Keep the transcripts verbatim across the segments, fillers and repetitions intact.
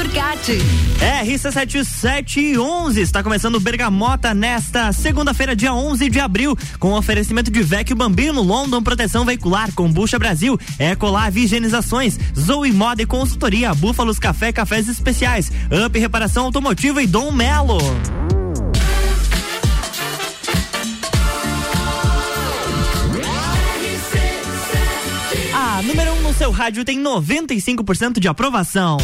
Turcati. R C sete sete e onze está começando o Bergamota nesta segunda-feira, dia onze de abril, com oferecimento de Vecchio Bambino, London Proteção Veicular, Combucha Brasil, Ecolave Higienizações, Zoe Moda e Consultoria, Búfalos Café, Cafés Especiais, Up Reparação Automotiva e Dom Melo. A número um no seu rádio tem noventa e cinco por cento de aprovação.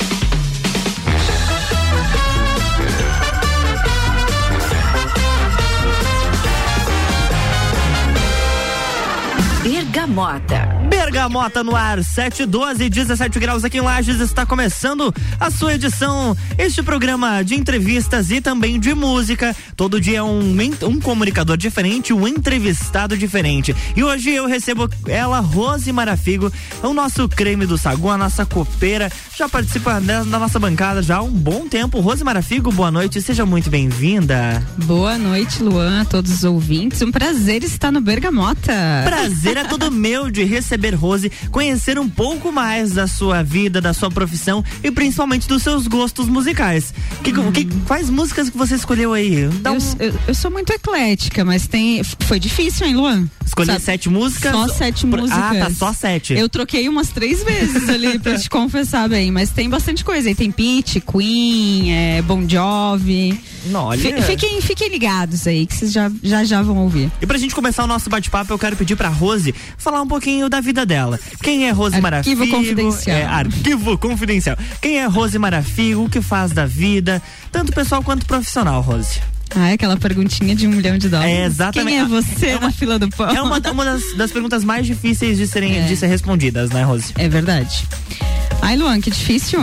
Bergamota. Bergamota no ar, sete, doze, dezessete graus aqui em Lages, está começando a sua edição, este programa de entrevistas e também de música. Todo dia um, um comunicador diferente, um entrevistado diferente. E hoje eu recebo ela, Rose Marafigo, o nosso creme do sagu, a nossa copeira, já participa da, da nossa bancada já há um bom tempo. Rose Marafigo, boa noite, seja muito bem-vinda. Boa noite, Luan, a todos os ouvintes, um prazer estar no Bergamota. Prazer é todo meu de receber Rose, conhecer um pouco mais da sua vida, da sua profissão e principalmente dos seus gostos musicais. Que, hum. que, quais músicas que você escolheu aí? Eu, um... eu, eu sou muito eclética, mas tem. Foi difícil, hein, Luan? Escolher Sabe? sete músicas? Só sete Por... músicas. Ah, tá, só sete. Eu troquei umas três vezes ali pra te confessar bem, mas tem bastante coisa aí. Tem Pitty, Queen, é, Bon Jovi. Não, olha... Fiquem, fiquem ligados aí, que vocês já, já já vão ouvir. E pra gente começar o nosso bate-papo, eu quero pedir pra Rose falar um pouquinho da vida dela. Quem é Rose Marafigo? Arquivo confidencial. É, arquivo confidencial. Quem é Rose Marafigo? O que faz da vida? Tanto pessoal quanto profissional, Rose. Ah, é aquela perguntinha de um milhão de dólares. É, exatamente. Quem é você é uma, na fila do pão? É uma, uma das, das perguntas mais difíceis de serem é. de ser respondidas, né, Rose? É verdade. Ai, Luan, que difícil.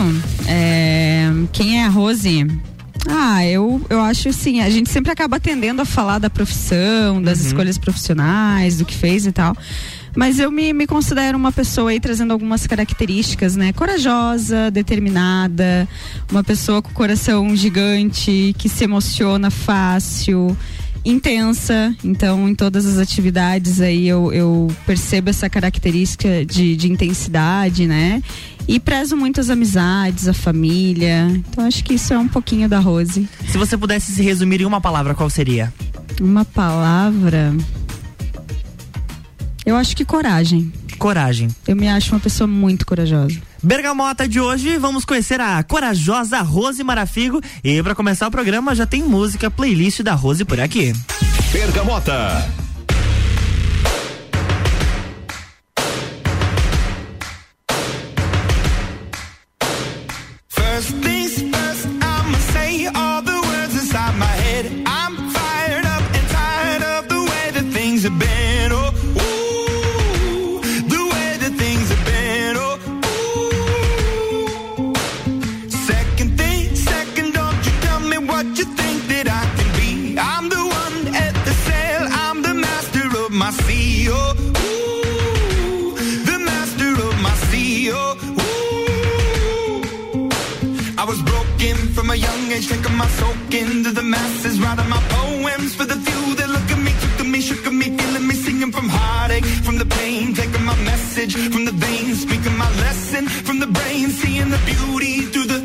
É, quem é a Rose? Ah, eu, eu acho assim, a gente sempre acaba tendendo a falar da profissão, das uhum. escolhas profissionais, do que fez e tal. Mas eu me, me considero uma pessoa aí trazendo algumas características, né? Corajosa, determinada, uma pessoa com coração gigante, que se emociona fácil, intensa. Então, em todas as atividades aí eu, eu percebo essa característica de, de intensidade, né? E prezo muito as amizades, a família. Então, acho que isso é um pouquinho da Rose. Se você pudesse se resumir em uma palavra, qual seria? Uma palavra... Eu acho que coragem. Coragem. Eu me acho uma pessoa muito corajosa. Bergamota de hoje, vamos conhecer a corajosa Rose Marafigo. E para começar o programa já tem música, playlist da Rose por aqui. Bergamota. First things first, I'ma say all the words inside my head. I'm fired up and tired of the way that things have been. Oh, ooh, the way that things have been. Oh, ooh. Second thing, second, don't you tell me what you think that I can be. I'm the one at the sail, I'm the master of my sea. Oh, ooh, the master of my sea. Oh, I was broken from a young age, taking my soak into the masses, writing my poems for the few that look at me, took to me, shook at me, feeling me, singing from heartache, from the pain, taking my message from the veins, speaking my lesson from the brain, seeing the beauty through the...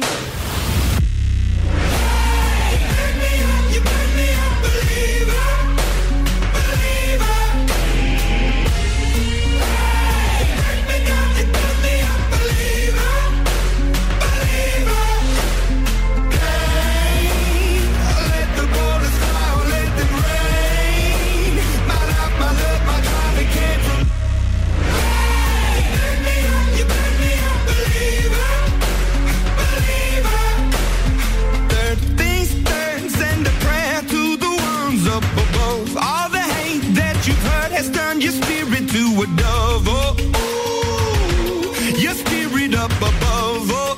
Hey, burn me up, you burn me up, believer, believer. Hey, burn me down, you burn me up, believer, believer. Let the waters fly, let them rain. My life, my love, my drive, it came from. Hey, burn me up, you burn me up, believer, believer. Third things third, send a prayer to the ones up above. All the hate that you've heard has turned your spirit to a dove. Oh, ooh, your spirit up above. Oh,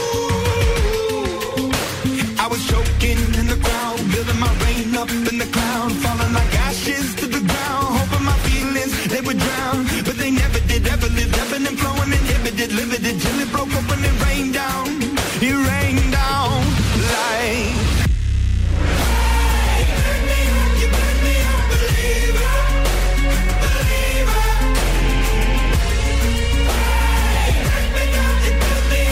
ooh. I was choking in the crowd, building my rain up in the cloud, falling like ashes to the ground, hoping my feelings they would drown, but they never did. Ever lived, ebbing and flowing, inhibited, limited, till it broke up and it rained down. It rained down like. Hey, burn me up, you burn me up, believer, believer. Hey, burn me down, you burn me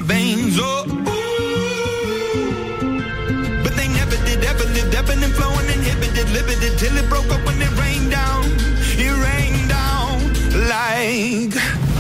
veins. Oh, ooh. But they never did, ever lived, ebbing and flowing, inhibited, limited, till it broke up when it rained down. It rained down like.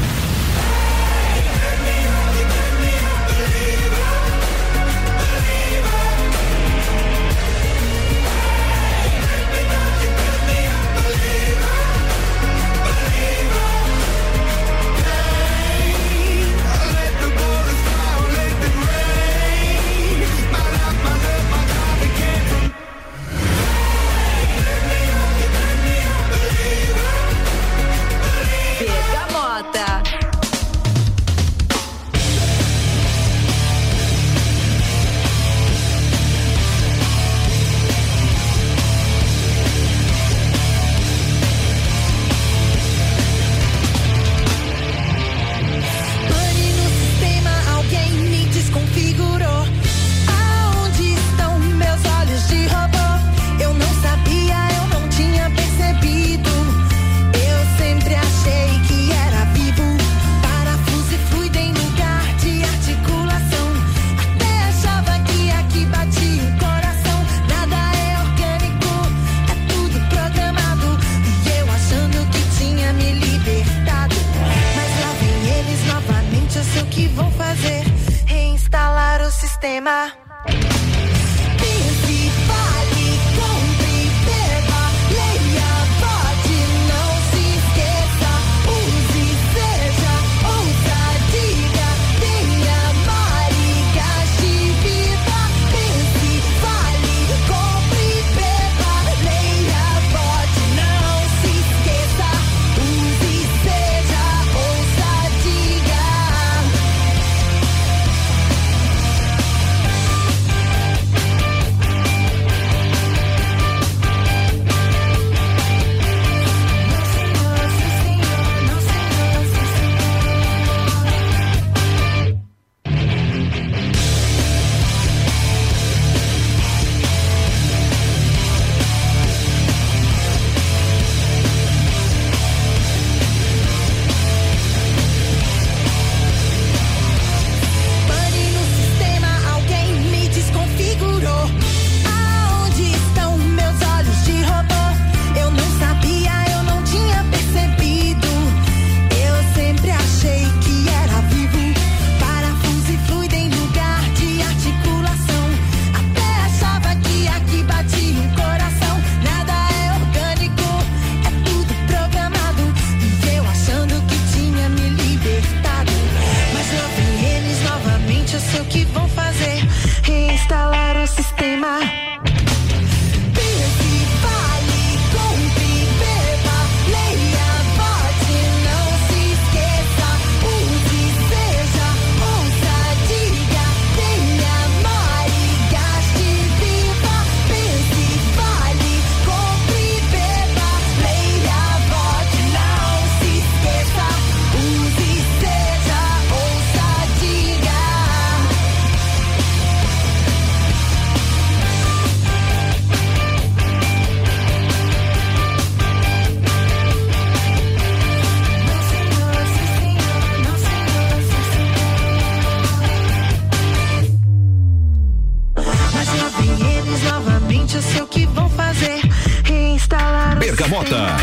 Bergamota.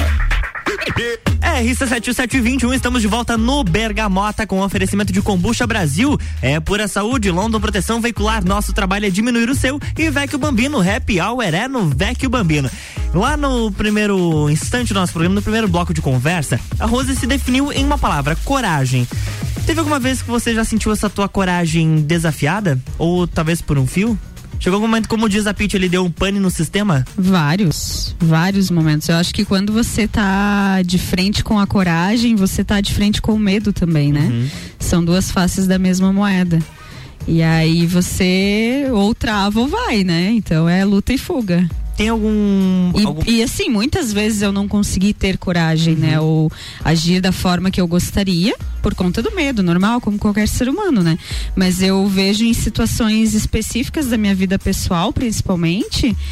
R C sete sete dois um, estamos de volta no Bergamota com oferecimento de Kombucha Brasil. É pura saúde, London Proteção Veicular. Nosso trabalho é diminuir o seu. E Vecchio Bambino, Happy Hour é no Vecchio Bambino. Lá no primeiro instante do nosso programa, no primeiro bloco de conversa, a Rose se definiu em uma palavra: coragem. Teve alguma vez que você já sentiu essa tua coragem desafiada? Ou talvez por um fio? Chegou algum momento, como diz a Pitty, ele deu um pane no sistema? Vários, vários momentos. Eu acho que quando você tá de frente com a coragem, você tá de frente com o medo também, né? Uhum. São duas faces da mesma moeda. E aí você ou trava ou vai, né? Então é luta e fuga. Tem algum e, algum... e assim, muitas vezes eu não consegui ter coragem, uhum. né? Ou agir da forma que eu gostaria, por conta do medo, normal, como qualquer ser humano, né? Mas eu vejo em situações específicas da minha vida pessoal, principalmente,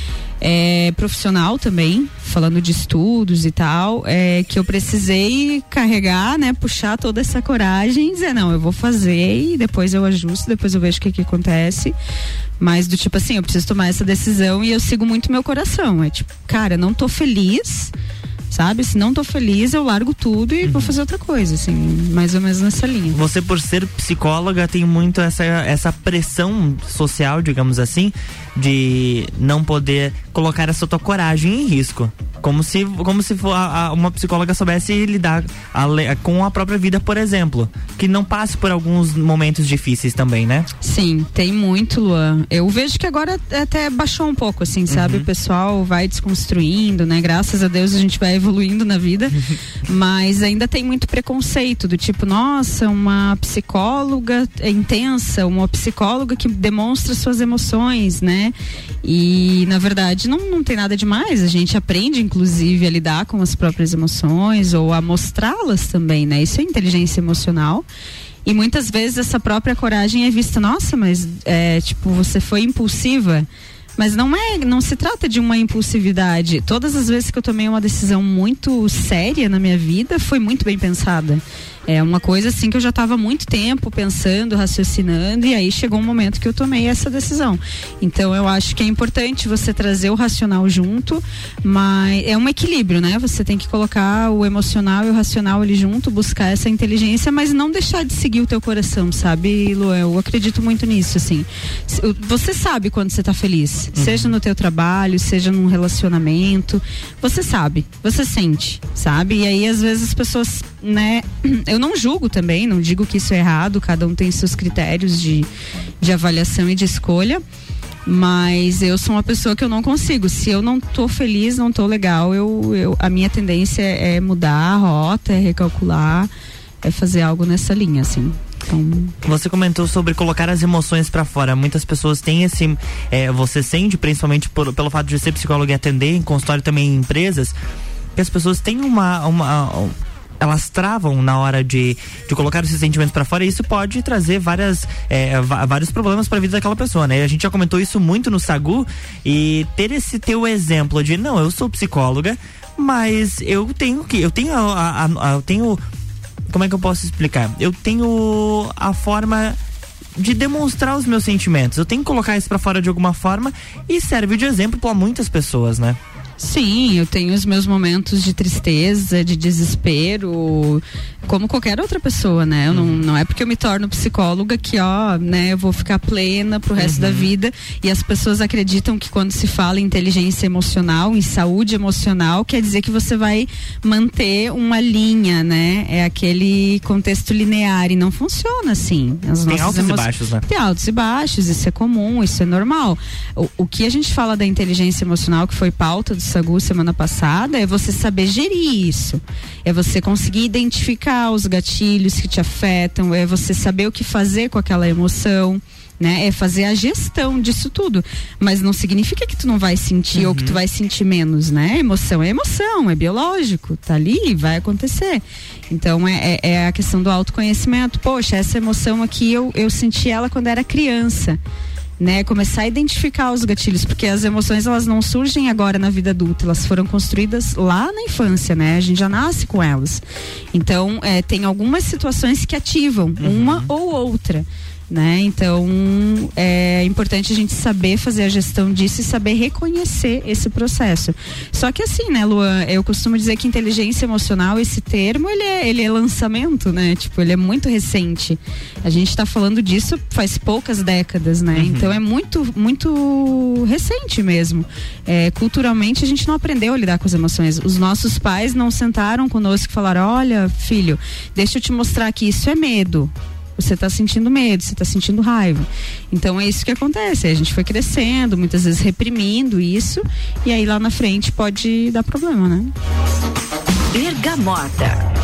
É, profissional também, falando de estudos e tal, é, que eu precisei carregar, né, puxar toda essa coragem e dizer, não, eu vou fazer e depois eu ajusto, depois eu vejo o que que acontece, mas do tipo assim, eu preciso tomar essa decisão e eu sigo muito meu coração, é tipo, cara, não tô feliz, sabe? Se não tô feliz, eu largo tudo e uhum. vou fazer outra coisa, assim, mais ou menos nessa linha. Você, por ser psicóloga, tem muito essa, essa pressão social, digamos assim, de não poder colocar essa tua coragem em risco. Como se, como se for a, a, uma psicóloga soubesse lidar a, com a própria vida, por exemplo. Que não passe por alguns momentos difíceis também, né? Sim, tem muito, Luan. Eu vejo que agora até baixou um pouco, assim, sabe? Uhum. O pessoal vai desconstruindo, né? Graças a Deus a gente vai evoluindo na vida. Mas ainda tem muito preconceito, do tipo, nossa, uma psicóloga intensa, uma psicóloga que demonstra suas emoções, né? E, na verdade, não, não tem nada demais. A gente aprende, inclusive, a lidar com as próprias emoções ou a mostrá-las também, né? Isso é inteligência emocional. E muitas vezes essa própria coragem é vista, nossa, mas é, tipo, você foi impulsiva. Mas não é, não se trata de uma impulsividade. Todas as vezes que eu tomei uma decisão muito séria na minha vida, foi muito bem pensada. É uma coisa assim que eu já estava há muito tempo pensando, raciocinando, e aí chegou um momento que eu tomei essa decisão. Então eu acho que é importante você trazer o racional junto, mas é um equilíbrio, né? Você tem que colocar o emocional e o racional ali junto, buscar essa inteligência, mas não deixar de seguir o teu coração, sabe, Lu? Eu acredito muito nisso, assim. Você sabe quando você tá feliz, uhum. seja no teu trabalho, seja num relacionamento, você sabe, você sente, sabe? E aí às vezes as pessoas, né, eu não julgo também, não digo que isso é errado, cada um tem seus critérios de, de avaliação e de escolha, mas eu sou uma pessoa que eu não consigo, se eu não tô feliz, não tô legal, eu, eu, a minha tendência é mudar a rota, é recalcular, é fazer algo nessa linha, assim. Então... Você comentou sobre colocar as emoções pra fora. Muitas pessoas têm esse, é, você sente, principalmente por, pelo fato de ser psicólogo e atender em consultório também em empresas, que as pessoas têm uma, uma, uma elas travam na hora de, de colocar esses sentimentos pra fora, e isso pode trazer várias, é, vários problemas pra vida daquela pessoa, né? A gente já comentou isso muito no Sagu, e ter esse teu exemplo de, não, eu sou psicóloga, mas eu tenho que, eu tenho a, a, a, eu tenho, como é que eu posso explicar? Eu tenho a forma de demonstrar os meus sentimentos, eu tenho que colocar isso pra fora de alguma forma, e serve de exemplo pra muitas pessoas, né? Sim, eu tenho os meus momentos de tristeza, de desespero, como qualquer outra pessoa, né? Eu não, não é porque eu me torno psicóloga que, ó, né, eu vou ficar plena pro resto uhum. da vida, e as pessoas acreditam que quando se fala em inteligência emocional, em saúde emocional, quer dizer que você vai manter uma linha, né? É aquele contexto linear, e não funciona assim. As Tem altos emo... e baixos, né? Tem altos e baixos, isso é comum, isso é normal. O, o que a gente fala da inteligência emocional, que foi pauta do Sagu semana passada, é você saber gerir isso, é você conseguir identificar os gatilhos que te afetam, é você saber o que fazer com aquela emoção, né? É fazer a gestão disso tudo, mas não significa que tu não vai sentir uhum. ou que tu vai sentir menos, né? Emoção é emoção, é biológico, tá ali, vai acontecer. Então é, é, é a questão do autoconhecimento. Poxa, essa emoção aqui eu, eu senti ela quando era criança, né, começar a identificar os gatilhos, porque as emoções elas não surgem agora na vida adulta, elas foram construídas lá na infância, né, a gente já nasce com elas. Então é, tem algumas situações que ativam uhum. uma ou outra, né? Então é importante a gente saber fazer a gestão disso e saber reconhecer esse processo. Só que assim, né, Luan, eu costumo dizer que inteligência emocional, esse termo, ele é, ele é lançamento, né? Tipo, ele é muito recente. A gente tá falando disso faz poucas décadas, né? Uhum. Então é muito, muito recente mesmo. É, culturalmente a gente não aprendeu a lidar com as emoções. Os nossos pais não sentaram conosco e falaram, olha, filho, deixa eu te mostrar que isso é medo. Você está sentindo medo, você está sentindo raiva. Então é isso que acontece. A gente foi crescendo, muitas vezes reprimindo isso, e aí lá na frente pode dar problema, né? Bergamota.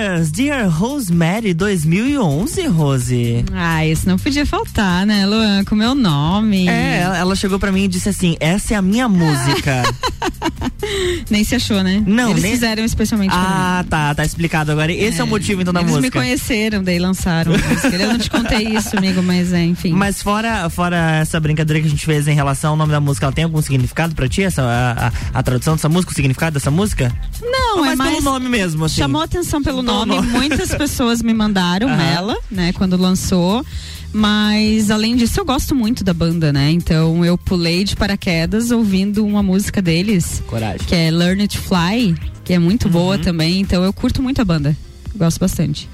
Spears, Dear Rosemary dois mil e onze, Rose. Ah, isso não podia faltar, né, Luan? Com o meu nome. É, ela chegou pra mim e disse assim, essa é a minha música. Nem se achou, né? Não, Eles nem... fizeram especialmente pra mim. Ah, tá, tá explicado agora. Esse é, é o motivo então da Eles música. Eles me conheceram, daí lançaram a música. Eu não te contei isso, amigo, mas é, enfim. Mas fora, fora essa brincadeira que a gente fez em relação ao nome da música, ela tem algum significado pra ti? Essa, a, a, a tradução dessa música, o significado dessa música? Não, Ou é mais mais pelo nome mesmo, assim. Chamou atenção pelo nome. nome. Muitas pessoas me mandaram Aham. ela, né, quando lançou. Mas além disso eu gosto muito da banda, né? Então eu pulei de paraquedas ouvindo uma música deles. Coragem. Que é Learn It to Fly, que é muito uhum. boa também. Então eu curto muito a banda. Gosto bastante.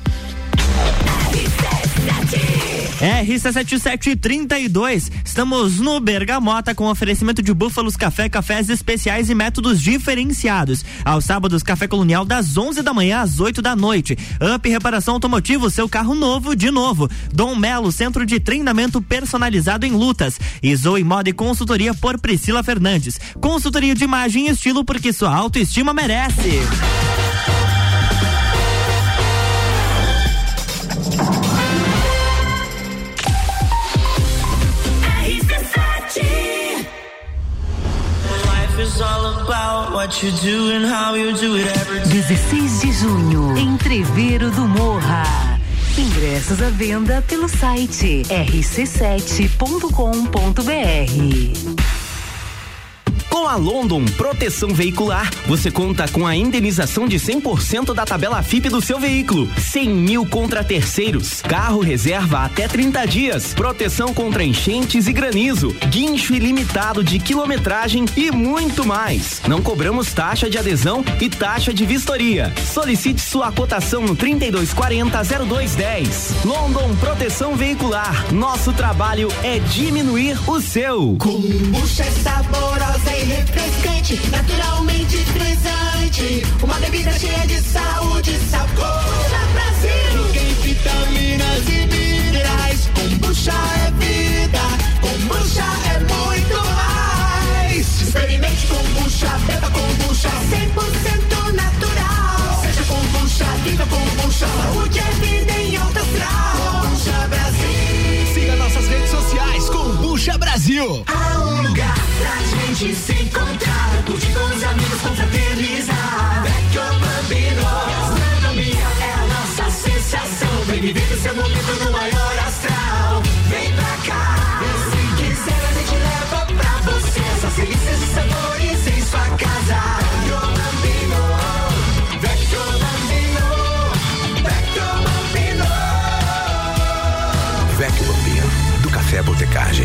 R C sete sete trinta e dois, estamos no Bergamota com oferecimento de Búfalos Café, cafés especiais e métodos diferenciados. Aos sábados, Café Colonial das onze da manhã às oito da noite. Up Reparação Automotivo, seu carro novo de novo. Dom Melo, centro de treinamento personalizado em lutas. E Zoe Moda e Consultoria por Priscila Fernandes. Consultoria de imagem e estilo porque sua autoestima merece. dezesseis de junho, Entreveiro do Morra. Ingressos à venda pelo site r c sete ponto com ponto b r. Com a London Proteção Veicular, você conta com a indenização de cem por cento da tabela F I P do seu veículo, cem mil contra terceiros, carro reserva até trinta dias, proteção contra enchentes e granizo, guincho ilimitado de quilometragem e muito mais. Não cobramos taxa de adesão e taxa de vistoria. Solicite sua cotação no trinta e dois quarenta, zero dois dez. London Proteção Veicular, nosso trabalho é diminuir o seu. Kombucha é saborosa e refrescante, naturalmente frisante. Uma bebida cheia de saúde e sabor. Kombucha Brasil. Tem vitaminas e minerais. Kombucha é vida. Kombucha é muito mais. Experimente kombucha, beba kombucha. cem por cento natural. Seja kombucha, viva kombucha. Saúde é vida em alta astral. Kombucha Brasil. Siga nossas redes sociais. Kombucha Brasil. Há um lugar pra gente se encontrar, curtir com os amigos, confraternizar. Vecchio Bambino, gastronomia é a nossa sensação. Vem viver o seu momento no maior astral. Vem pra cá, e se quiser a gente leva pra você essas delícias e sabores em sua casa. Vecchio Bambino, Vecchio Bambino, Vecchio Bambino. Vecchio Bambino, do Café Botecagem.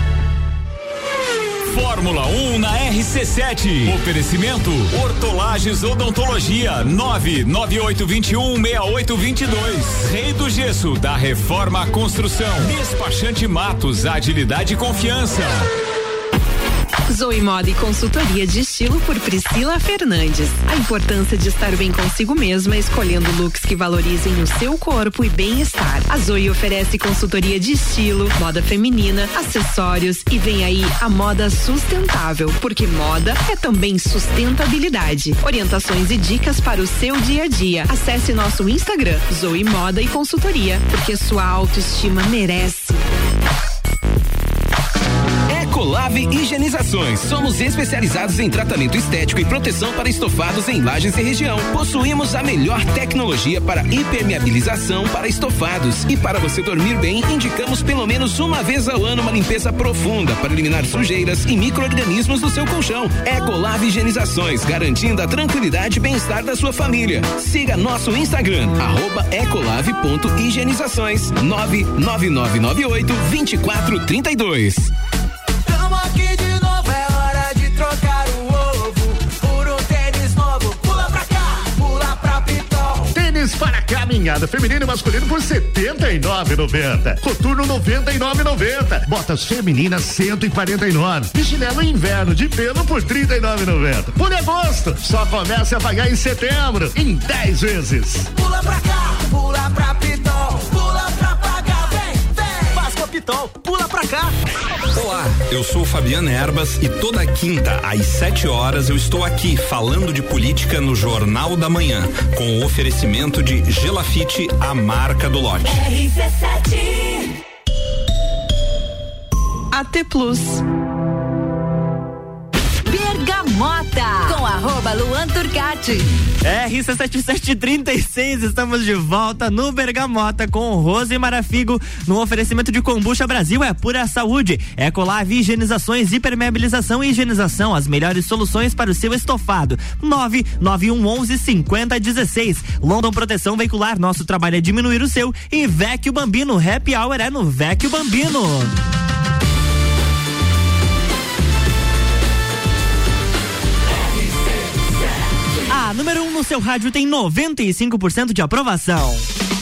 Fórmula um na R C sete. Oferecimento Hortolagens Odontologia nove nove oito dois um seis oito dois dois. Rei do Gesso da Reforma Construção. Despachante Matos, agilidade e confiança. Zoe Moda e Consultoria de Estilo por Priscila Fernandes. A importância de estar bem consigo mesma, escolhendo looks que valorizem o seu corpo e bem-estar. A Zoe oferece consultoria de estilo, moda feminina, acessórios e vem aí a moda sustentável, porque moda é também sustentabilidade. Orientações e dicas para o seu dia a dia. Acesse nosso Instagram, Zoe Moda e Consultoria, porque sua autoestima merece. Ecolave Higienizações. Somos especializados em tratamento estético e proteção para estofados em Lajes e região. Possuímos a melhor tecnologia para impermeabilização para estofados. E para você dormir bem, indicamos pelo menos uma vez ao ano uma limpeza profunda para eliminar sujeiras e micro-organismos do seu colchão. Ecolave Higienizações, garantindo a tranquilidade e bem-estar da sua família. Siga nosso Instagram, arroba ecolave ponto higienizações, nove nove nove nove oito, dois quatro três dois. Aqui de novo, é hora de trocar o ovo por um tênis novo. Pula pra cá, pula pra Pitol. Tênis para caminhada feminino e masculino por setenta e nove reais e noventa centavos. Coturno noventa e nove reais e noventa centavos. Botas femininas cento e quarenta e nove reais. E chinelo inverno de pelo por trinta e nove reais e noventa centavos. Por agosto, só começa a pagar em setembro, em dez vezes. Pula pra cá, pula pra Pitol. Pula pra pagar, vem, vem. Faz com a Pitol, pula pra cá. Olá, eu sou Fabiana Erbas e toda quinta às sete horas eu estou aqui falando de política no Jornal da Manhã, com o oferecimento de Gelafite, a marca do lote. R C sete. A T Plus. Bergamota, com arroba Luan Turcati. R C sete sete trinta e seis, estamos de volta no Bergamota com Rose Marafigo, no oferecimento de Kombucha Brasil, é pura saúde, Ecolave higienizações, hipermeabilização e higienização, as melhores soluções para o seu estofado. nove nove um onze cinquenta dezesseis. London Proteção Veicular, nosso trabalho é diminuir o seu. E Vecchio Bambino, Happy Hour é no Vecchio Bambino. A número um no seu rádio tem noventa e cinco por cento de aprovação.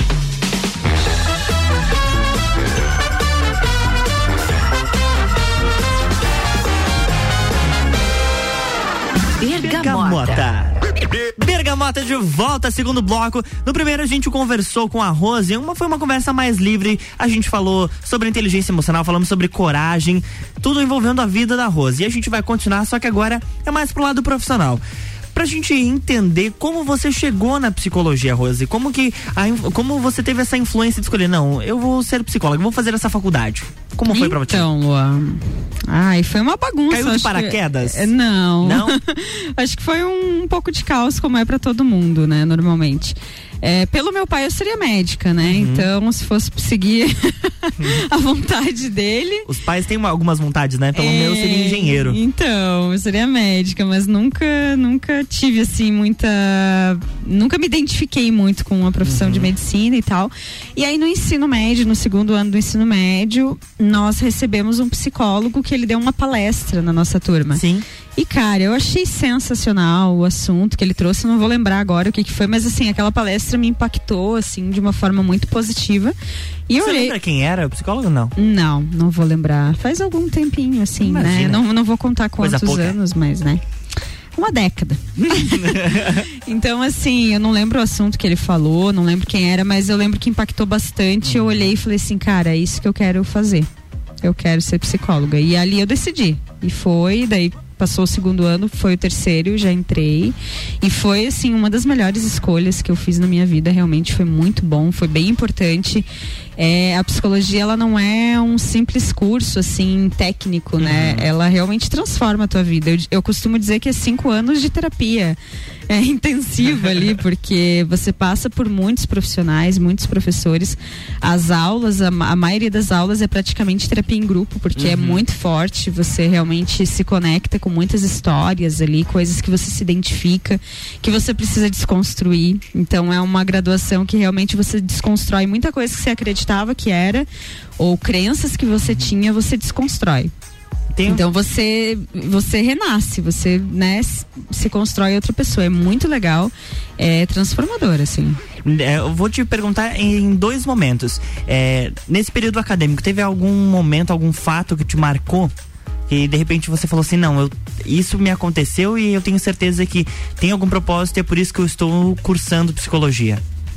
Bergamota. Bergamota de volta, segundo bloco. No primeiro a gente conversou com a Rose, uma, foi uma conversa mais livre, a gente falou sobre inteligência emocional, falamos sobre coragem, tudo envolvendo a vida da Rose. E a gente vai continuar, só que agora é mais pro lado profissional. Pra gente entender como você chegou na psicologia, Rose, como que a, como você teve essa influência de escolher, não, eu vou ser psicóloga, vou fazer essa faculdade. Como foi pra você? Então, Luan, ai, foi uma bagunça. Caiu de paraquedas? Que, não. Não? Acho que foi um, um pouco de caos, como é pra todo mundo, né, normalmente. É, pelo meu pai eu seria médica, né? Uhum. Então, se fosse seguir a vontade dele. Os pais têm uma, algumas vontades, né? Pelo é, meu eu seria engenheiro. Então, eu seria médica, mas nunca, nunca tive assim muita. Nunca me identifiquei muito com a profissão uhum. de medicina e tal. E aí no ensino médio, no segundo ano do ensino médio, nós recebemos um psicólogo que ele deu uma palestra na nossa turma. Sim. E, cara, eu achei sensacional o assunto que ele trouxe, não vou lembrar agora o que que foi, mas assim, aquela palestra me impactou, assim, de uma forma muito positiva. E eu Você olhei... lembra quem era o psicólogo, não? Não, não vou lembrar. Faz algum tempinho, assim, Imagina. né? Não, não vou contar quantos anos, mas, né? Uma década. Então, assim, eu não lembro o assunto que ele falou, não lembro quem era, mas eu lembro que impactou bastante. Eu olhei e falei assim, cara, é isso que eu quero fazer. Eu quero ser psicóloga. E ali eu decidi. E foi, daí passou o segundo ano, foi o terceiro, já entrei. E foi, assim, uma das melhores escolhas que eu fiz na minha vida. Realmente foi muito bom, foi bem importante. É, a psicologia, ela não é um simples curso, assim, técnico, uhum. né? Ela realmente transforma a tua vida. Eu, eu costumo dizer que é cinco anos de terapia é, intensiva ali, porque você passa por muitos profissionais, muitos professores. As aulas, a, a maioria das aulas é praticamente terapia em grupo, porque uhum. é muito forte. Você realmente se conecta com muitas histórias ali, coisas que você se identifica, que você precisa desconstruir. Então é uma graduação que realmente você desconstrói muita coisa que você acreditava que era, ou crenças que você tinha, você desconstrói. Tem... Então você você renasce, você, né, se constrói outra pessoa. É muito legal, é transformador, assim. É, eu vou te perguntar em dois momentos. É, nesse período acadêmico, teve algum momento, algum fato que te marcou? E de repente você falou assim, não, eu, isso me aconteceu e eu tenho certeza que tem algum propósito e é por isso que eu estou cursando psicologia.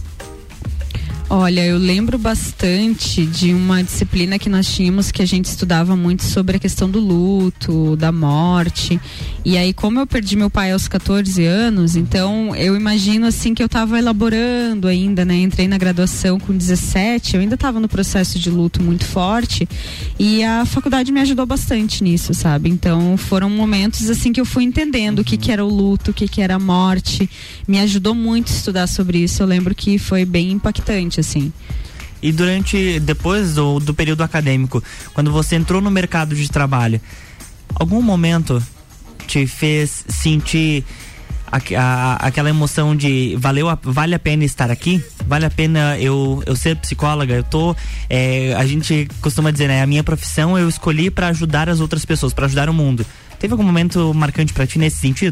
Olha, eu lembro bastante de uma disciplina que nós tínhamos que a gente estudava muito sobre a questão do luto, da morte. E aí, como eu perdi meu pai aos catorze anos, então eu imagino assim que eu estava elaborando ainda, né? Entrei na graduação com dezessete, eu ainda estava no processo de luto muito forte e a faculdade me ajudou bastante nisso, sabe? Então foram momentos assim que eu fui entendendo uhum. o que que era o luto, o que que era a morte. Me ajudou muito a estudar sobre isso. Eu lembro que foi bem impactante, assim. E durante, depois do, do período acadêmico, quando você entrou no mercado de trabalho, algum momento te fez sentir a, a, aquela emoção de valeu a, vale a pena estar aqui? Vale a pena eu, eu ser psicóloga? Eu tô, é, a gente costuma dizer, né, a minha profissão eu escolhi para ajudar as outras pessoas, para ajudar o mundo. Teve algum momento marcante pra ti nesse sentido?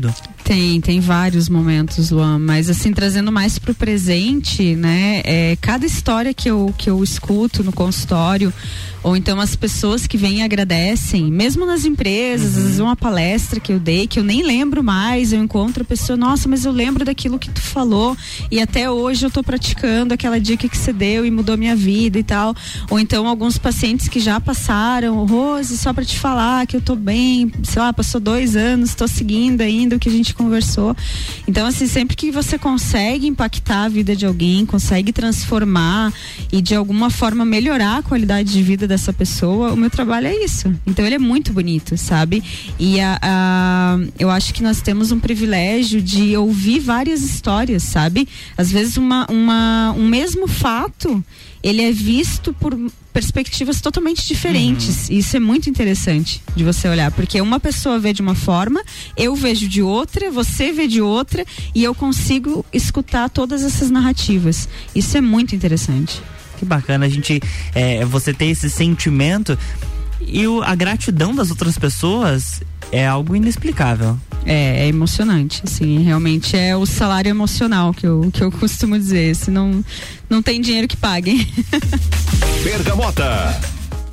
Tem, tem vários momentos, Luan, mas assim, trazendo mais pro presente, né, é, cada história que eu, que eu escuto no consultório, ou então as pessoas que vêm e agradecem, mesmo nas empresas, uhum. às vezes uma palestra que eu dei, que eu nem lembro mais, eu encontro a pessoa, nossa, mas eu lembro daquilo que tu falou, e até hoje eu tô praticando aquela dica que você deu e mudou minha vida e tal, ou então alguns pacientes que já passaram, Rose, só pra te falar que eu tô bem, sei lá, passou dois anos, tô seguindo ainda o que a gente conversou. Então, assim, sempre que você consegue impactar a vida de alguém, consegue transformar e de alguma forma melhorar a qualidade de vida dessa pessoa, o meu trabalho é isso. Então, ele é muito bonito, sabe? E a, a, eu acho que nós temos um privilégio de ouvir várias histórias, sabe? Às vezes, uma, uma, um mesmo fato, ele é visto por perspectivas totalmente diferentes. Uhum. Isso é muito interessante de você olhar, porque uma pessoa vê de uma forma, eu vejo de outra, você vê de outra, e eu consigo escutar todas essas narrativas. Isso é muito interessante. Que bacana a gente, é, você ter esse sentimento e o, a gratidão das outras pessoas é algo inexplicável. É, é emocionante, assim, realmente é o salário emocional que eu, que eu costumo dizer, se não, não tem dinheiro que pague. Bergamota.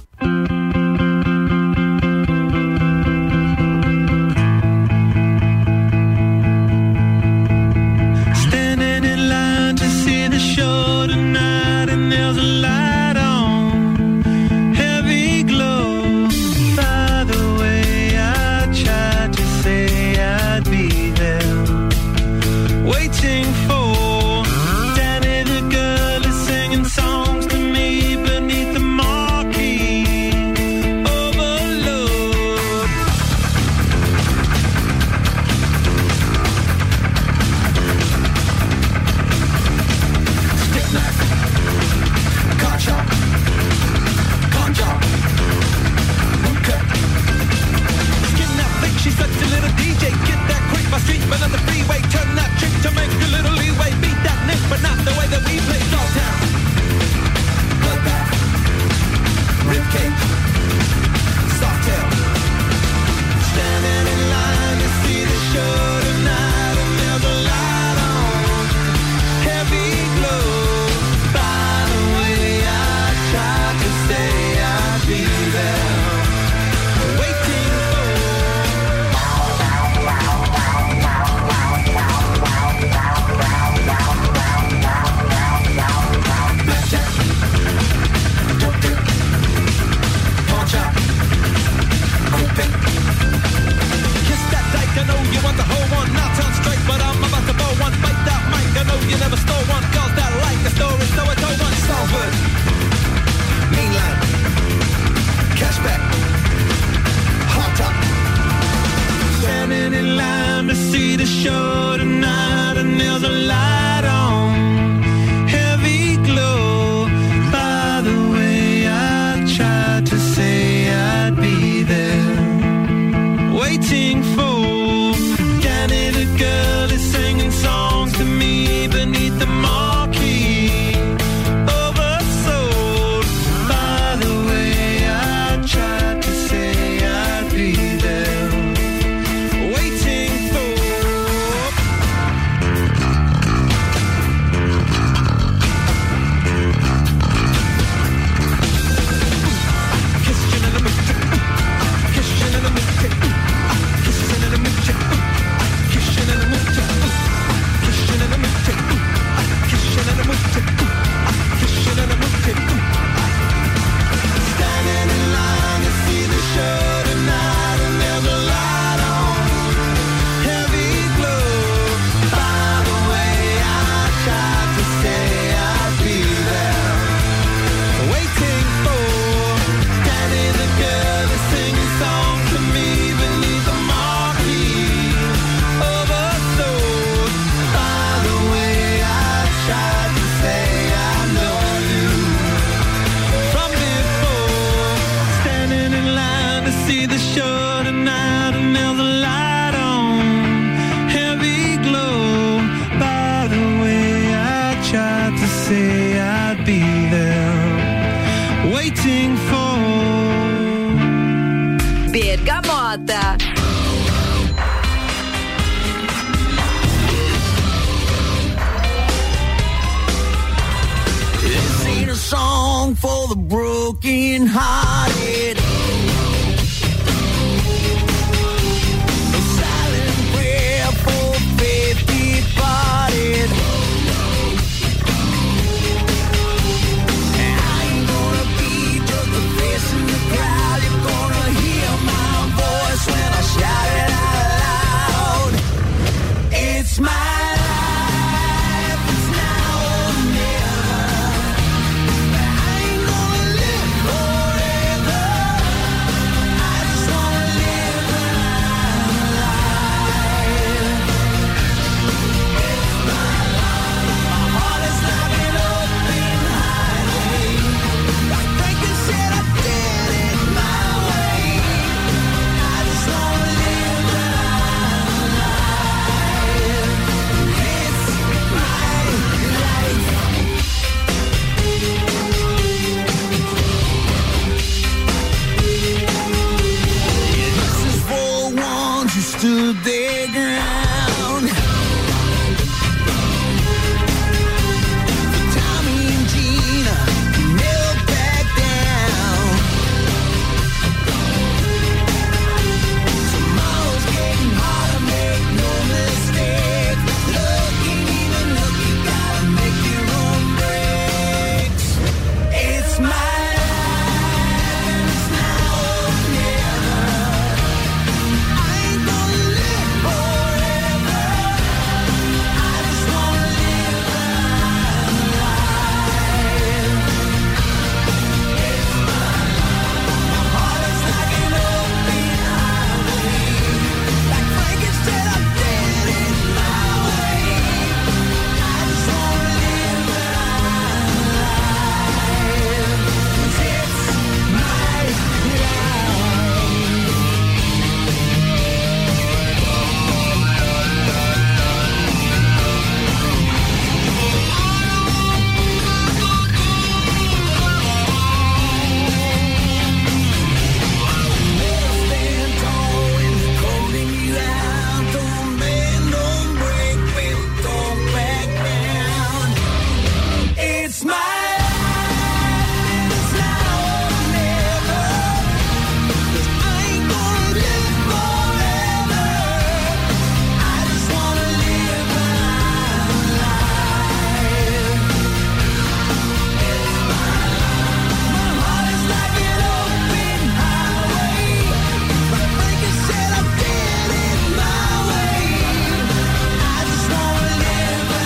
Standing in line to see the show tonight, and there's a light on, heavy glow. By the way, I tried to say I'd be there, waiting for Danny the girl is singing songs to me beneath the marquee. Overload. Stick knife, card shop, con job, okay. Skin that flick, she's such a little D J. Get that quick, my street, but on the freeway. Turn that trick to make a little leeway. Beat that nick, but not the way that we play. Dogtown, bloodbath, ribcage, softail. Standing in line to see the show tonight, and there's a light on, heavy glow. By the way, I tried to say I'd be there, waiting for. Blackjack, dope dick, pawn shop, open. Kiss that dyke, I know you want the whole one. Now turn straight, but I'm about to blow one. Bite that mic, I know you never stole one. Girls that like the story, so I told one. Salford, Mainland, Cashback, Hot Top. Standing in line to see the show tonight, and there's a light on, heavy glow. By the way, I tried to say I'd be there, waiting for Danny the girl is singing songs to me beneath the marquee. Oversold. By the way, I tried to say I'd be there, waiting for. Kissing in the mood, kissing in the mood, kissing in the mood, kissing in the mood, kissing in the mood, kissing in the mood, kissing in the mood. Standing in line to see the show tonight, and there's a light on, heavy glow. By the way, I tried to say I'd be there, waiting for Danny the girl is singing songs to me beneath the marquee. Overload. By the way, I tried to say I know you from before. Standing in line to see the show tonight, and there's a light on, heavy glow. By the way, I tried to say I'd be there, waiting for. Bergamota. song for the broken hearted. A silent prayer for faith departed. And I ain't gonna be just a face in the crowd. You're gonna hear my voice when I shout it out loud. It's my life, it's now or never. I ain't gonna live forever. I just wanna live my life. It's my life. My heart is like an open highway. Like Franklin said, I did it my way. I just wanna live my life. It's my life. This is for the ones who stood their ground. For Tommy and Gina, who never backed down. Tomorrow's getting harder, make no mistake. Look, ain't even look, you gotta make your own breaks. It's my life, and it's now or never. I ain't gonna live forever. I just wanna live my life. It's my life. My heart is like an open highway. Like Franklin said, I did it my way. I just wanna live my life. 'Cause it's my life. Stand tall when it's calling you out. Don't bend, don't break, baby, don't back down. It's my life, it's now or never. 'Cause I ain't gonna live forever. I just wanna live my life. It's my life. My heart is like an open highway. Like Franklin said, I did it my way. I just wanna live my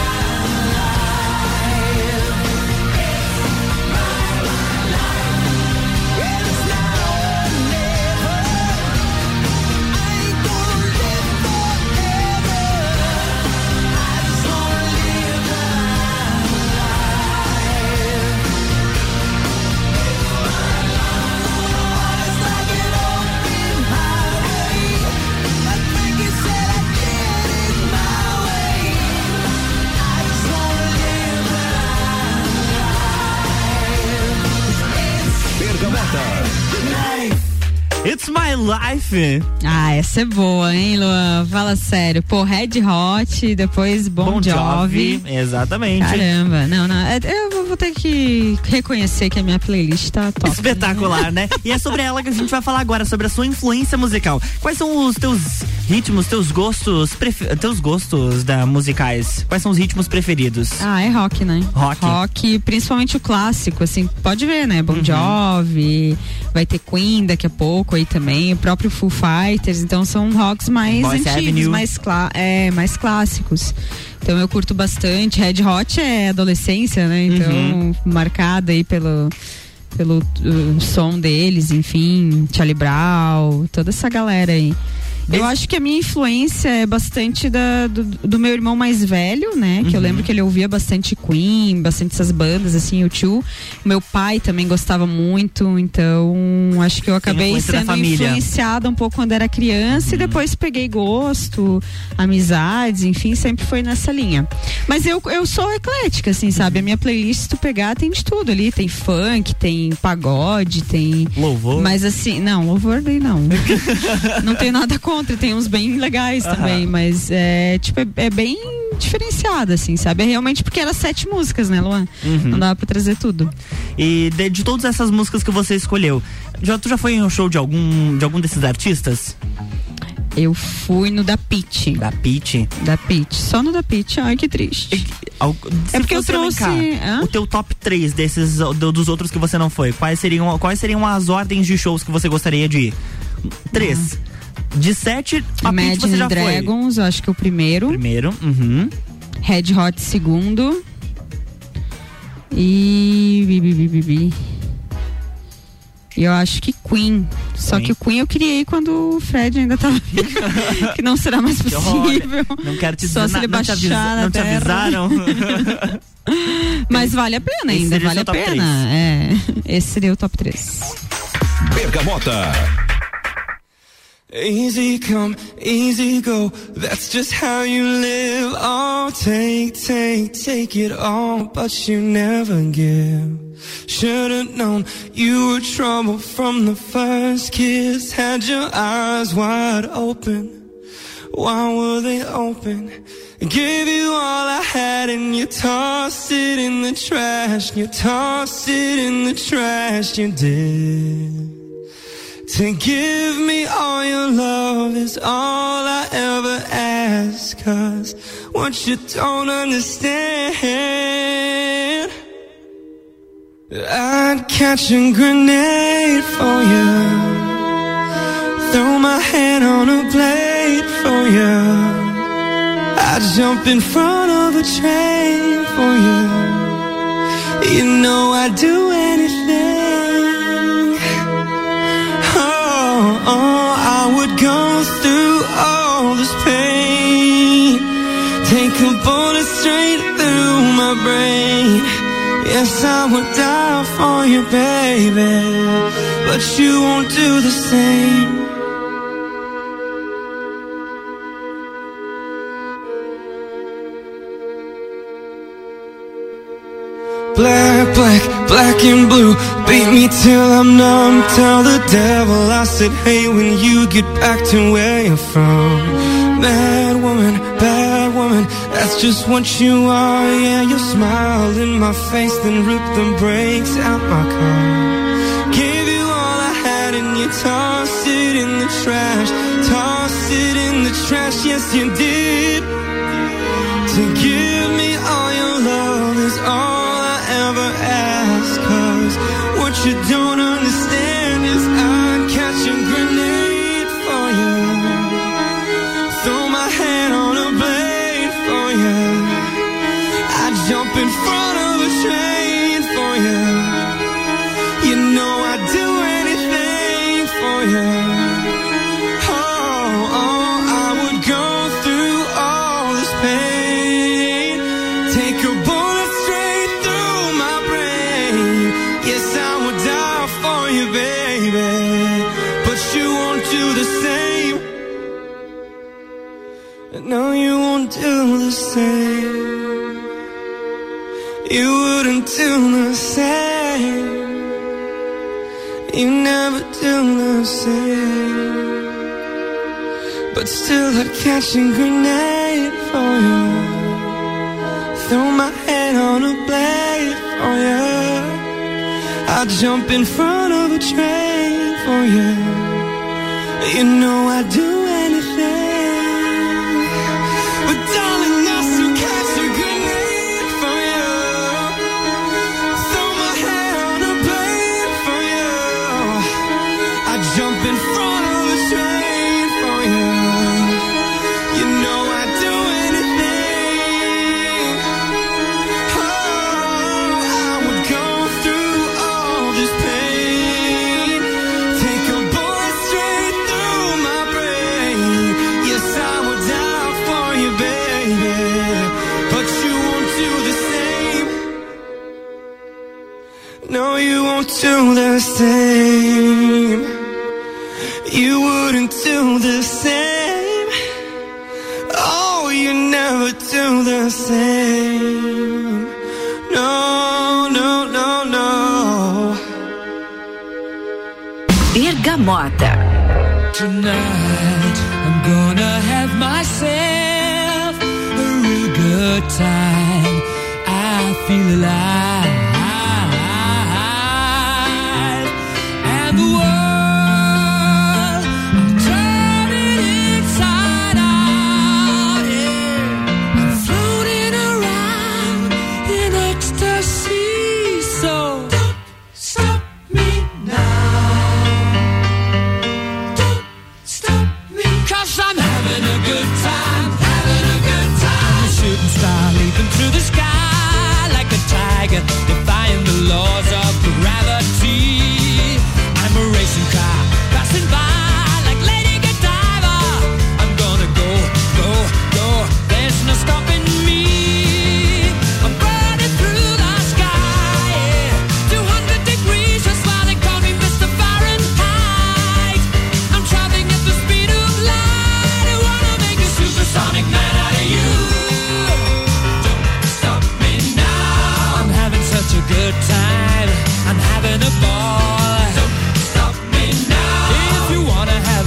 life. It's my life. It's now or never. I ain't gonna live forever. I just wanna live my life. It's like an open highway. Like Franklin said, I did it my way. I just wanna live my life. Bergamota. Life. It's My Life. Ah, essa é boa, hein, Luan? Fala sério. Pô, Red Hot, depois Bon, Jovi. Exatamente. Caramba, não, não. é- Eu vou ter que reconhecer que a minha playlist tá top. Espetacular, né? E é sobre ela que a gente vai falar agora, sobre a sua influência musical. Quais são os teus ritmos, teus gostos, prefe- teus gostos da musicais? Quais são os ritmos preferidos? Ah, é rock, né? Rock. Rock, principalmente o clássico, assim, pode ver, né? Bon Jovi, vai ter Queen daqui a pouco aí também, o próprio Foo Fighters, então são rocks mais Boys antigos, Avenue. mais, clá- é, mais clássicos. Então eu curto bastante. Red Hot é adolescência, né? Então, marcada aí pelo pelo uh, som deles, enfim, Charlie Brown, toda essa galera aí. Eu acho que a minha influência é bastante da, do, do meu irmão mais velho, né? Que eu lembro que ele ouvia bastante Queen, bastante essas bandas, assim, o tio. Meu pai também gostava muito, então acho que eu acabei influência da sendo família. influenciada um pouco quando era criança e depois peguei gosto, amizades, enfim, sempre foi nessa linha. Mas eu, eu sou eclética, assim, sabe? A minha playlist, se tu pegar, tem de tudo ali. Tem funk, tem pagode, tem... Louvor. Mas assim, não, louvor daí não. Não tem nada contra, tem uns bem legais também, mas é, tipo, é, é bem diferenciada, assim, sabe? É realmente porque era sete músicas, né, Luan? Uhum. Não dava pra trazer tudo. E de, de todas essas músicas que você escolheu, já, tu já foi em um show de algum, de algum desses artistas? Eu fui no da Pitty. Da Pitty? Da Pitty. Só no da Pitty. Ai, que triste. Se é porque eu trouxe... o teu top três desses, do, dos outros que você não foi, quais seriam, quais seriam as ordens de shows que você gostaria de ir? Três. Ah. De sete, a Pitty você já Dragons, foi. Dragons, eu acho que o primeiro. Primeiro, uhum. Red Hot, segundo. E... Bi, bi, bi, bi, bi. Eu acho que Queen. Só Queen. Que o Queen eu queria ir quando o Fred ainda tava vivo. Que não será mais possível. Não quero te dizer. Só se ele baixar na Não te avisaram? Mas vale a pena ainda, vale a pena. É, esse seria o top três. Bergamota. Easy come, easy go, that's just how you live. Oh, take, take, take it all, but you never give. Should've known you were trouble from the first kiss. Had your eyes wide open, why were they open? Gave you all I had and you tossed it in the trash. You tossed it in the trash, you did. To give me all your love is all I ever ask. Cause what you don't understand, I'd catch a grenade for you, throw my hand on a blade for you, I'd jump in front of a train for you. You know I'd do anything. Oh, I would go through all this pain, take a bullet straight through my brain. Yes, I would die for you, baby, but you won't do the same. Black, black, black and blue, beat me till I'm numb. Tell the devil I said hey when you get back to where you're from. Bad woman, bad woman, that's just what you are. Yeah, you smiled in my face, then ripped the brakes out my car. Gave you all I had and you tossed it in the trash. Tossed it in the trash, yes you did. To give me all your love is all ever ask. Cause what you don't understand is I'd catch a grenade for you, throw my hand on a blade for you, I'd jump in front of a train for you. You know I'd do anything for you. Oh, oh, I would go through all this pain, take a bullet straight through my brain. Yes, I would die for you, baby, but you won't do the same. No, you won't do the same. You wouldn't do the same. You never do the same. But still I'd catch a grenade for you, throw my head on a blade for you, I'd jump in front of a train for you. You know I'd do anything, but darling, I still catch a grenade for you, throw my head on a blade for you, I'd jump in front of a train for you. You know I'd do anything. Oh, I would go through all this pain, take a bullet straight through my brain. Yes, I would die for you, baby, but you won't do the same. No, you won't do the same. You wouldn't do the same. Oh, you never do the same. No, no, no, no. Bergamota. Tonight I'm gonna have myself a real good time. I feel alive.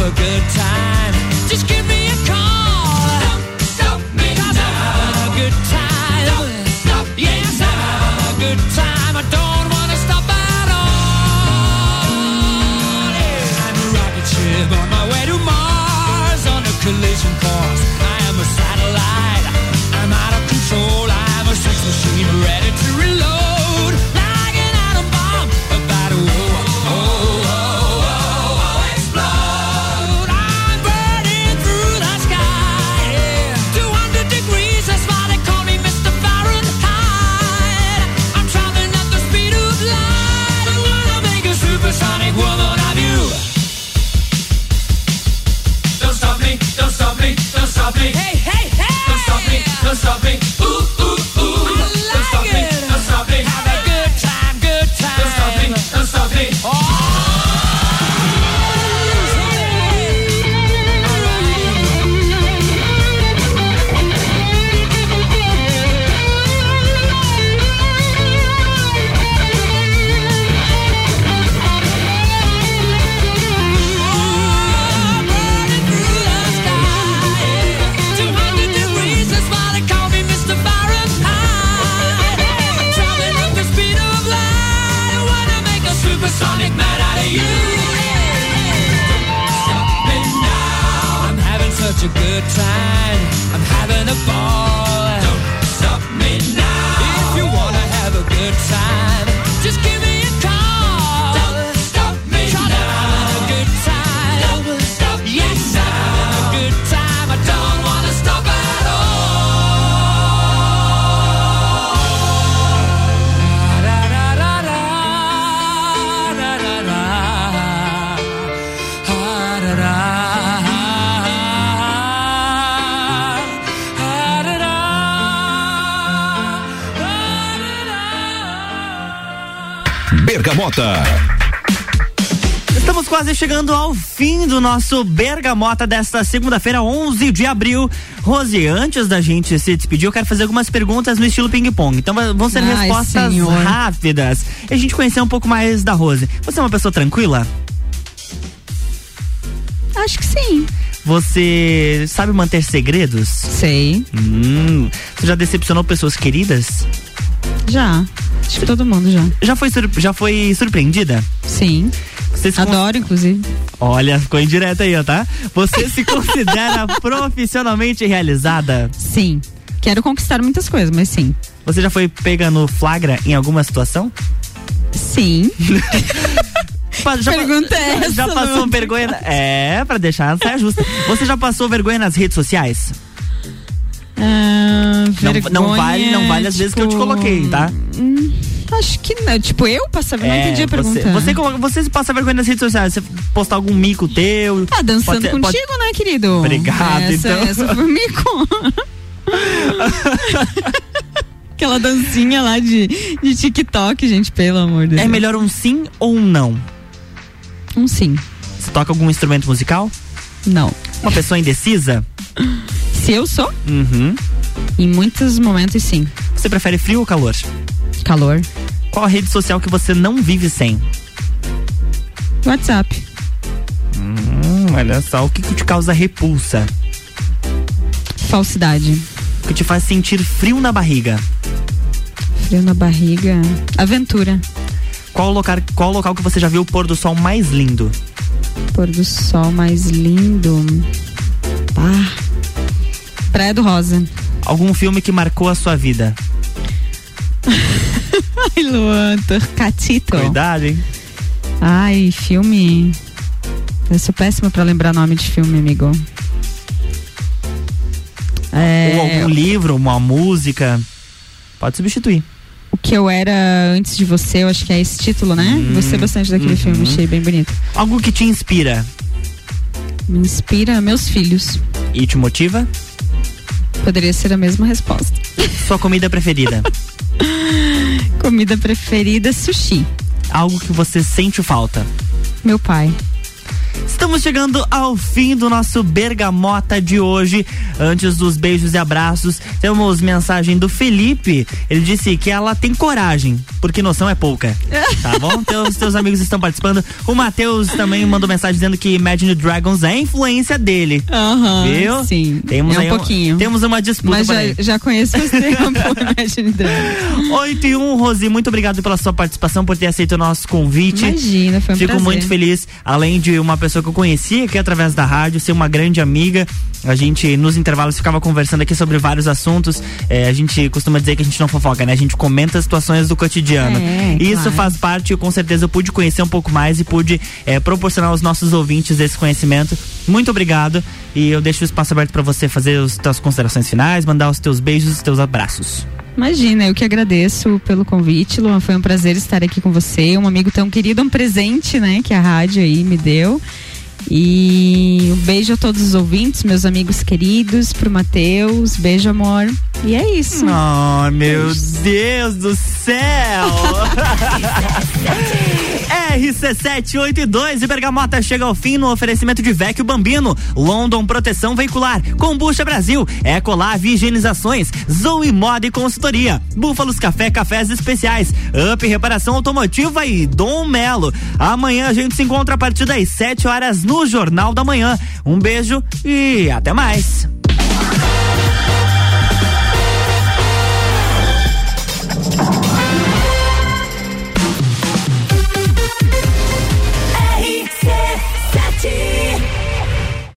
a good time, just give me a call. Don't stop me now. I'm having a good time. Don't stop me yes, now. I'm having a good time. I don't wanna stop at all. Yeah. I'm a rocket ship on my way to Mars on a collision course. I am a satellite. I'm out of control. I'm a sex machine ready to reload. Like an atom bomb about to oh, oh, oh, oh, oh, explode. I'm burning through the sky. Yeah. two hundred degrees, that's why they call me Mister Fahrenheit. I'm traveling at the speed of light. I'm gonna make a supersonic woman of you. Don't stop me, don't stop me, don't stop me. Hey, hey, hey. Don't stop me, don't stop me. Ooh, ooh, ooh. Don't stop me, don't stop me. Have a good time, good time. Don't stop me, don't stop me. two hundred degrees, that's why they call me Mister Fahrenheit. I'm traveling at the speed of light. I wanna make a supersonic man out of you. Stop me now. I'm having such a good time. I'm having a ball. Don't stop me now. If you wanna have a good time, just give me a call. Don't stop me now. I'm having a good time. Don't stop yes, I'm having a good time. I don't wanna stop at all. Da, da, da, da, da, da, da. Ah, da, da. Ah, da, da. Bergamota. Estamos quase chegando ao fim do nosso Bergamota desta segunda-feira, onze de abril. Rose, antes da gente se despedir, eu quero fazer algumas perguntas no estilo ping-pong. Então vão ser Ai, respostas senhor. rápidas. E a gente conhecer um pouco mais da Rose. Você é uma pessoa tranquila? Acho que sim. Você sabe manter segredos? Sei. Hum, você já decepcionou pessoas queridas? Já. Acho que todo mundo já. Já foi, sur- já foi surpreendida? Sim. Você se Adoro, inclusive. Olha, ficou indireta aí, ó, tá? Você se considera profissionalmente realizada? Sim. Quero conquistar muitas coisas, mas sim. Você já foi pega no flagra em alguma situação? Sim. Pa- já, Pergunta é essa, já passou não? vergonha? na- É, pra deixar a saia justa. Você já passou vergonha nas redes sociais? Ah, Não, vergonha, não vale, não vale as vezes que eu te tipo, coloquei, tá? hum, acho que não. Tipo, eu passava, não entendi a pergunta. Você, você, coloca- você se passa vergonha nas redes sociais, você postar algum mico teu. Ah, dançando pode ser- contigo, pode- né, querido? Obrigado, essa, então. Essa foi o mico. Aquela dancinha lá de, de TikTok, gente, pelo amor de Deus. É melhor um sim ou um não? Um sim. Você toca algum instrumento musical? Não. Uma pessoa indecisa? Se eu sou, Uhum. em muitos momentos, sim. Você prefere frio ou calor? Calor. Qual a rede social que você não vive sem? WhatsApp. Hum, olha só, o que, que te causa repulsa? Falsidade. O que te faz sentir frio na barriga? Frio na barriga. Aventura. Qual o local, qual o local que você já viu o pôr do sol mais lindo? Pôr do sol mais lindo. Ah. Praia do Rosa. Algum filme que marcou a sua vida? Ai, Luan, Torcatito. Cuidado, hein? Ai, filme. Eu sou péssima pra lembrar nome de filme, amigo. É, Ou algum livro, uma música? Pode substituir. O que eu era antes de você, eu acho que é esse título, né? Hum, Gostei bastante daquele uhum. filme, achei bem bonito. Algo que te inspira Me inspira meus filhos. e te motiva? Poderia ser a mesma resposta. Sua comida preferida? Comida preferida, sushi. Algo que você sente falta? Meu pai. Estamos chegando ao fim do nosso Bergamota de hoje. Antes dos beijos e abraços, temos mensagem do Felipe. Ele disse que ela tem coragem porque noção é pouca. Tá bom? Teus, teus amigos estão participando. O Matheus também mandou mensagem dizendo que Imagine Dragons é influência dele. Aham, viu? sim. Temos é um aí pouquinho. Um, temos uma disputa. Mas já, aí. já conheço faz tempo Imagine Dragons. oito e um, Rosi, muito obrigado pela sua participação, por ter aceito o nosso convite. Imagina, foi um Fico prazer. muito feliz, além de uma pessoa que eu conheci aqui através da rádio, ser uma grande amiga. A gente, nos intervalos, ficava conversando aqui sobre vários assuntos. É, a gente costuma dizer que a gente não fofoca, né? A gente comenta situações do cotidiano. É, e isso claro. faz parte, eu com certeza eu pude conhecer um pouco mais e pude é, proporcionar aos nossos ouvintes esse conhecimento. Muito obrigado. E eu deixo o espaço aberto para você fazer as suas considerações finais, mandar os teus beijos e os teus abraços. Imagina, eu que agradeço pelo convite, Luan, foi um prazer estar aqui com você, um amigo tão querido, um presente, né, que a rádio aí me deu. E um beijo a todos os ouvintes, meus amigos queridos, pro Matheus, beijo, amor. E é isso. Oh, meu Deus do céu! R C sete oito dois e Bergamota chega ao fim no oferecimento de Vecchio Bambino, London Proteção Veicular, Combucha Brasil, Ecolave Higienizações, Zoe Moda e Consultoria, Búfalos Café, Cafés Especiais, Up Reparação Automotiva e Dom Melo. Amanhã a gente se encontra a partir das sete horas no Jornal da Manhã. Um beijo e até mais.